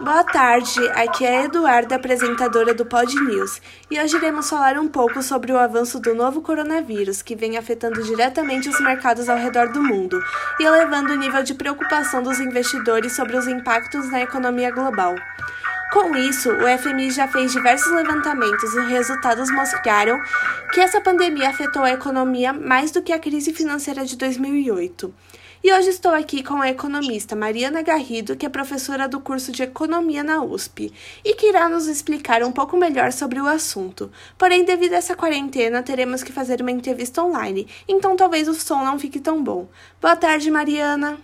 Boa tarde, aqui é a Eduarda, apresentadora do Pod News, e hoje iremos falar um pouco sobre o avanço do novo coronavírus, que vem afetando diretamente os mercados ao redor do mundo e elevando o nível de preocupação dos investidores sobre os impactos na economia global. Com isso, o FMI já fez diversos levantamentos e os resultados mostraram que essa pandemia afetou a economia mais do que a crise financeira de 2008. E hoje estou aqui com a economista Mariana Garrido, que é professora do curso de Economia na USP, e que irá nos explicar um pouco melhor sobre o assunto. Porém, devido a essa quarentena, teremos que fazer uma entrevista online, então talvez o som não fique tão bom. Boa tarde, Mariana.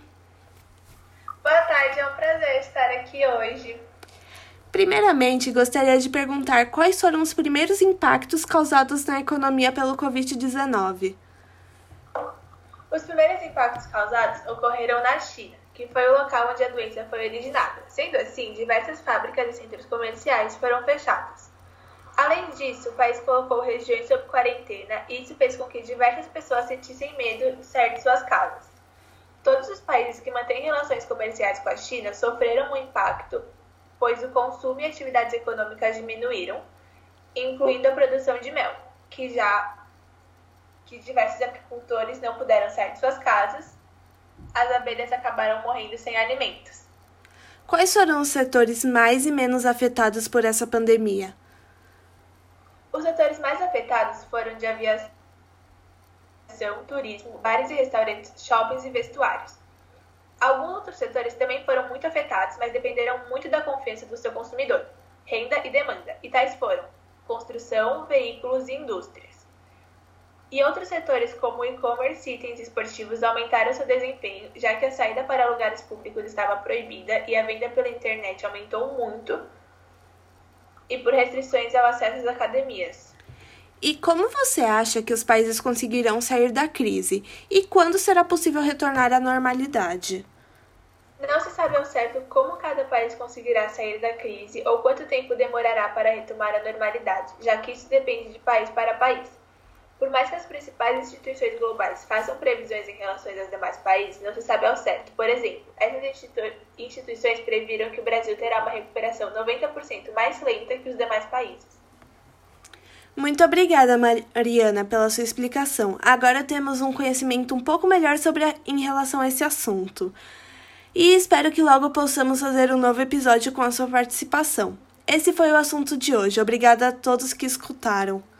Boa tarde, é um prazer estar aqui hoje. Primeiramente, gostaria de perguntar quais foram os primeiros impactos causados na economia pelo Covid-19. Os primeiros impactos causados ocorreram na China, que foi o local onde a doença foi originada. Sendo assim, diversas fábricas e centros comerciais foram fechados. Além disso, o país colocou regiões sob quarentena e isso fez com que diversas pessoas sentissem medo de sair de suas casas. Todos os países que mantêm relações comerciais com a China sofreram um impacto, pois o consumo e atividades econômicas diminuíram, incluindo a produção de mel, que diversos apicultores não puderam sair de suas casas, as abelhas acabaram morrendo sem alimentos. Quais foram os setores mais e menos afetados por essa pandemia? Os setores mais afetados foram de aviação, turismo, bares e restaurantes, shoppings e vestuários. Alguns outros setores também foram muito afetados, mas dependeram muito da confiança do seu consumidor, renda e demanda, e tais foram construção, veículos e indústrias. E outros setores como e-commerce e itens esportivos aumentaram seu desempenho, já que a saída para lugares públicos estava proibida e a venda pela internet aumentou muito, e por restrições ao acesso às academias. E como você acha que os países conseguirão sair da crise? E quando será possível retornar à normalidade? Não se sabe ao certo como cada país conseguirá sair da crise ou quanto tempo demorará para retomar a normalidade, já que isso depende de país para país. Por mais que as principais instituições globais façam previsões em relação aos demais países, não se sabe ao certo. Por exemplo, essas instituições previram que o Brasil terá uma recuperação 90% mais lenta que os demais países. Muito obrigada, Mariana, pela sua explicação. Agora temos um conhecimento um pouco melhor em relação a esse assunto. E espero que logo possamos fazer um novo episódio com a sua participação. Esse foi o assunto de hoje. Obrigada a todos que escutaram.